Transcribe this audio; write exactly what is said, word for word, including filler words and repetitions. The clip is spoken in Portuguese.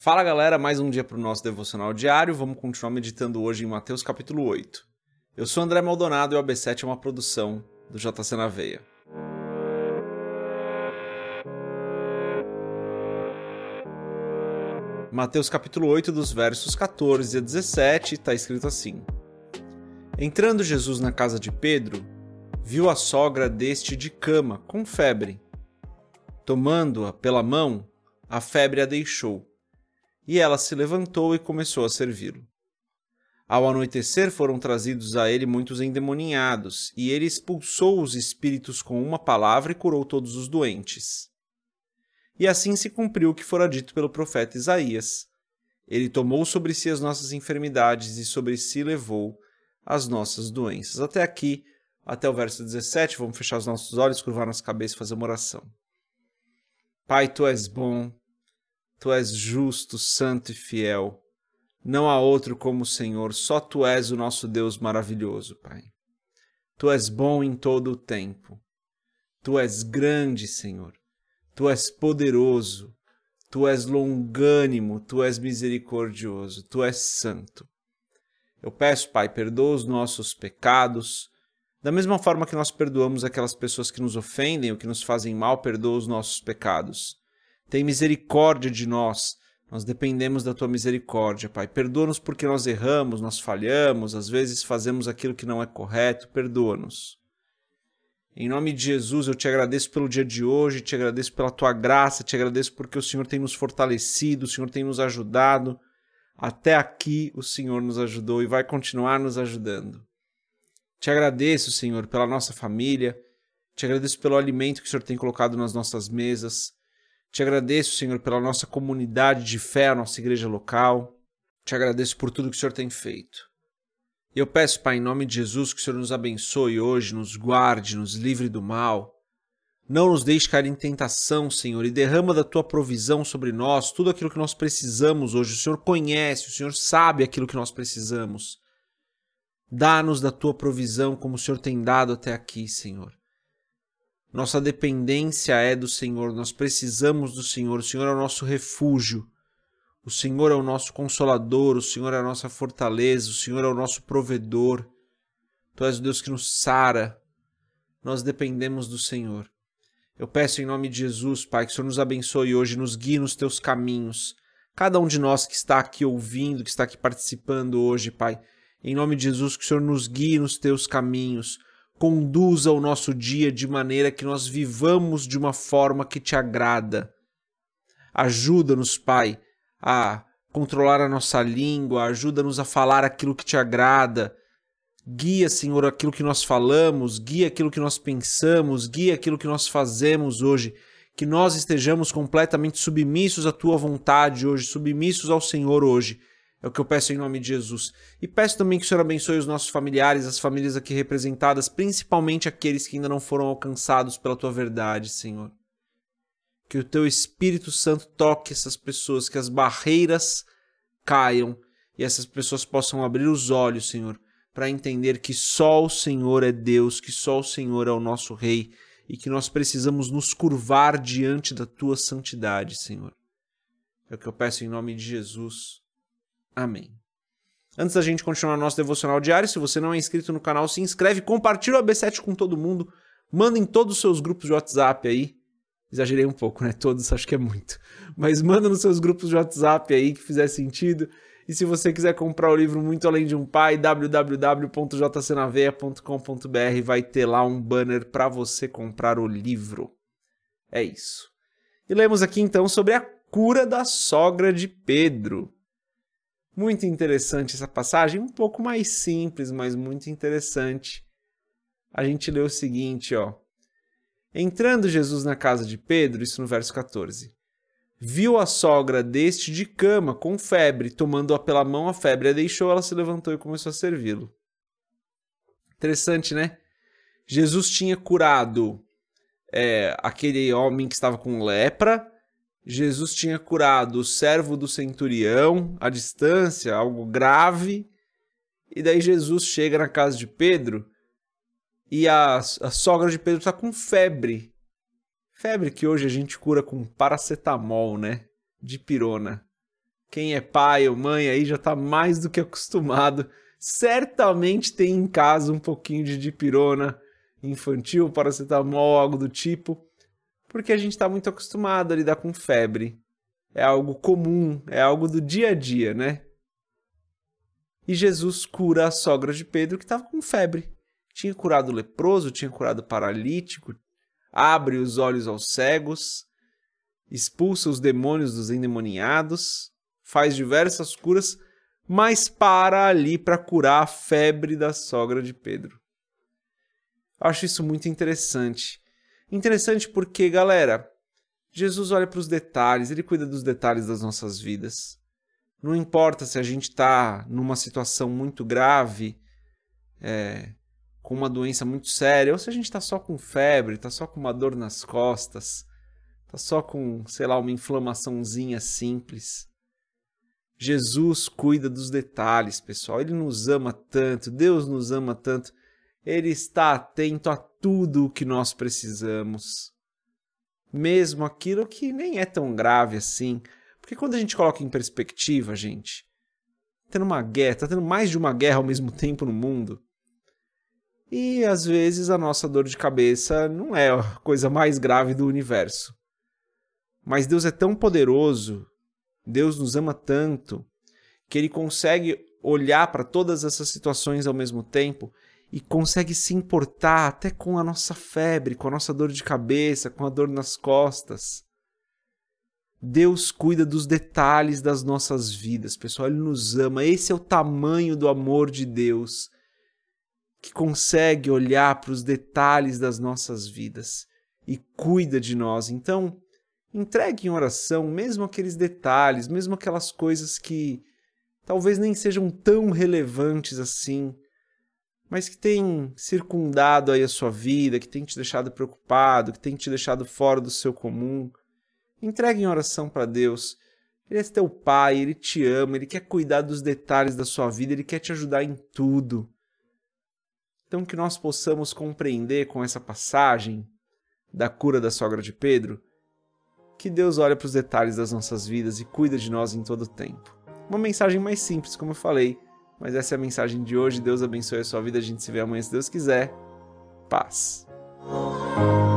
Fala galera, mais um dia para o nosso devocional diário, vamos continuar meditando hoje em Mateus capítulo oito. Eu sou André Maldonado e o A B sete é uma produção do J C na Veia. Mateus capítulo oito, dos versos quatorze a dezessete, está escrito assim: Entrando Jesus na casa de Pedro, viu a sogra deste de cama, com febre. Tomando-a pela mão, a febre a deixou. E ela se levantou e começou a servi-lo. Ao anoitecer foram trazidos a ele muitos endemoninhados, e ele expulsou os espíritos com uma palavra e curou todos os doentes. E assim se cumpriu o que fora dito pelo profeta Isaías. Ele tomou sobre si as nossas enfermidades e sobre si levou as nossas doenças. Até aqui, até o verso dezessete, vamos fechar os nossos olhos, curvar nossa cabeça e fazer uma oração. Pai, Tu és bom. Tu és justo, santo e fiel. Não há outro como o Senhor, só Tu és o nosso Deus maravilhoso, Pai. Tu és bom em todo o tempo. Tu és grande, Senhor. Tu és poderoso. Tu és longânimo, Tu és misericordioso, Tu és santo. Eu peço, Pai, perdoa os nossos pecados. Da mesma forma que nós perdoamos aquelas pessoas que nos ofendem ou que nos fazem mal, perdoa os nossos pecados. Tem misericórdia de nós, nós dependemos da Tua misericórdia, Pai. Perdoa-nos porque nós erramos, nós falhamos, às vezes fazemos aquilo que não é correto, perdoa-nos. Em nome de Jesus, eu Te agradeço pelo dia de hoje, Te agradeço pela Tua graça, Te agradeço porque o Senhor tem nos fortalecido, o Senhor tem nos ajudado. Até aqui o Senhor nos ajudou e vai continuar nos ajudando. Te agradeço, Senhor, pela nossa família, Te agradeço pelo alimento que o Senhor tem colocado nas nossas mesas. Te agradeço, Senhor, pela nossa comunidade de fé, a nossa igreja local. Te agradeço por tudo que o Senhor tem feito. E eu peço, Pai, em nome de Jesus, que o Senhor nos abençoe hoje, nos guarde, nos livre do mal. Não nos deixe cair em tentação, Senhor, e derrama da Tua provisão sobre nós tudo aquilo que nós precisamos hoje. O Senhor conhece, o Senhor sabe aquilo que nós precisamos. Dá-nos da Tua provisão como o Senhor tem dado até aqui, Senhor. Nossa dependência é do Senhor, nós precisamos do Senhor, o Senhor é o nosso refúgio, o Senhor é o nosso consolador, o Senhor é a nossa fortaleza, o Senhor é o nosso provedor. Tu és o Deus que nos sara, nós dependemos do Senhor. Eu peço em nome de Jesus, Pai, que o Senhor nos abençoe hoje, nos guie nos Teus caminhos. Cada um de nós que está aqui ouvindo, que está aqui participando hoje, Pai, em nome de Jesus, que o Senhor nos guie nos Teus caminhos. Conduza o nosso dia de maneira que nós vivamos de uma forma que Te agrada. Ajuda-nos, Pai, a controlar a nossa língua, ajuda-nos a falar aquilo que Te agrada. Guia, Senhor, aquilo que nós falamos, guia aquilo que nós pensamos, guia aquilo que nós fazemos hoje. Que nós estejamos completamente submissos à Tua vontade hoje, submissos ao Senhor hoje. É o que eu peço em nome de Jesus. E peço também que o Senhor abençoe os nossos familiares, as famílias aqui representadas, principalmente aqueles que ainda não foram alcançados pela Tua verdade, Senhor. Que o Teu Espírito Santo toque essas pessoas, que as barreiras caiam e essas pessoas possam abrir os olhos, Senhor, para entender que só o Senhor é Deus, que só o Senhor é o nosso Rei e que nós precisamos nos curvar diante da Tua santidade, Senhor. É o que eu peço em nome de Jesus. Amém. Antes da gente continuar nosso devocional diário, se você não é inscrito no canal, se inscreve, compartilha o A B sete com todo mundo, manda em todos os seus grupos de WhatsApp aí. Exagerei um pouco, né? Todos, acho que é muito. Mas manda nos seus grupos de WhatsApp aí que fizer sentido. E se você quiser comprar o livro Muito Além de um Pai, w w w ponto j c na veia ponto com ponto b r, vai ter lá um banner para você comprar o livro. É isso. E lemos aqui então sobre a cura da sogra de Pedro. Muito interessante essa passagem, um pouco mais simples, mas muito interessante. A gente lê o seguinte, ó. Entrando Jesus na casa de Pedro, isso no verso quatorze, viu a sogra deste de cama, com febre, tomando-a pela mão, a febre a deixou, ela se levantou e começou a servi-lo. Interessante, né? Jesus tinha curado é, aquele homem que estava com lepra, Jesus tinha curado o servo do centurião à distância, algo grave, e daí Jesus chega na casa de Pedro e a, a sogra de Pedro está com febre. Febre que hoje a gente cura com paracetamol, né? Dipirona. Quem é pai ou mãe aí já está mais do que acostumado. Certamente tem em casa um pouquinho de dipirona infantil, paracetamol, algo do tipo, porque a gente está muito acostumado a lidar com febre. É algo comum, é algo do dia a dia, né? E Jesus cura a sogra de Pedro que estava com febre. Tinha curado o leproso, tinha curado o paralítico, abre os olhos aos cegos, expulsa os demônios dos endemoniados, faz diversas curas, mas para ali para curar a febre da sogra de Pedro. Acho isso muito interessante. Interessante porque, galera, Jesus olha para os detalhes, ele cuida dos detalhes das nossas vidas. Não importa se a gente está numa situação muito grave, é, com uma doença muito séria, ou se a gente está só com febre, está só com uma dor nas costas, está só com, sei lá, uma inflamaçãozinha simples. Jesus cuida dos detalhes, pessoal. Ele nos ama tanto, Deus nos ama tanto. Ele está atento a tudo o que nós precisamos. Mesmo aquilo que nem é tão grave assim. Porque quando a gente coloca em perspectiva, gente, tendo uma guerra, tá tendo mais de uma guerra ao mesmo tempo no mundo. E às vezes a nossa dor de cabeça não é a coisa mais grave do universo. Mas Deus é tão poderoso, Deus nos ama tanto, que Ele consegue olhar para todas essas situações ao mesmo tempo e consegue se importar até com a nossa febre, com a nossa dor de cabeça, com a dor nas costas. Deus cuida dos detalhes das nossas vidas, pessoal. Ele nos ama. Esse é o tamanho do amor de Deus, que consegue olhar para os detalhes das nossas vidas e cuida de nós. Então, entregue em oração mesmo aqueles detalhes, mesmo aquelas coisas que talvez nem sejam tão relevantes assim, mas que têm circundado aí a sua vida, que têm te deixado preocupado, que têm te deixado fora do seu comum. Entregue em oração para Deus. Ele é teu pai, Ele te ama, Ele quer cuidar dos detalhes da sua vida, Ele quer te ajudar em tudo. Então que nós possamos compreender com essa passagem da cura da sogra de Pedro, que Deus olha para os detalhes das nossas vidas e cuida de nós em todo o tempo. Uma mensagem mais simples, como eu falei, mas essa é a mensagem de hoje. Deus abençoe a sua vida, a gente se vê amanhã se Deus quiser. Paz.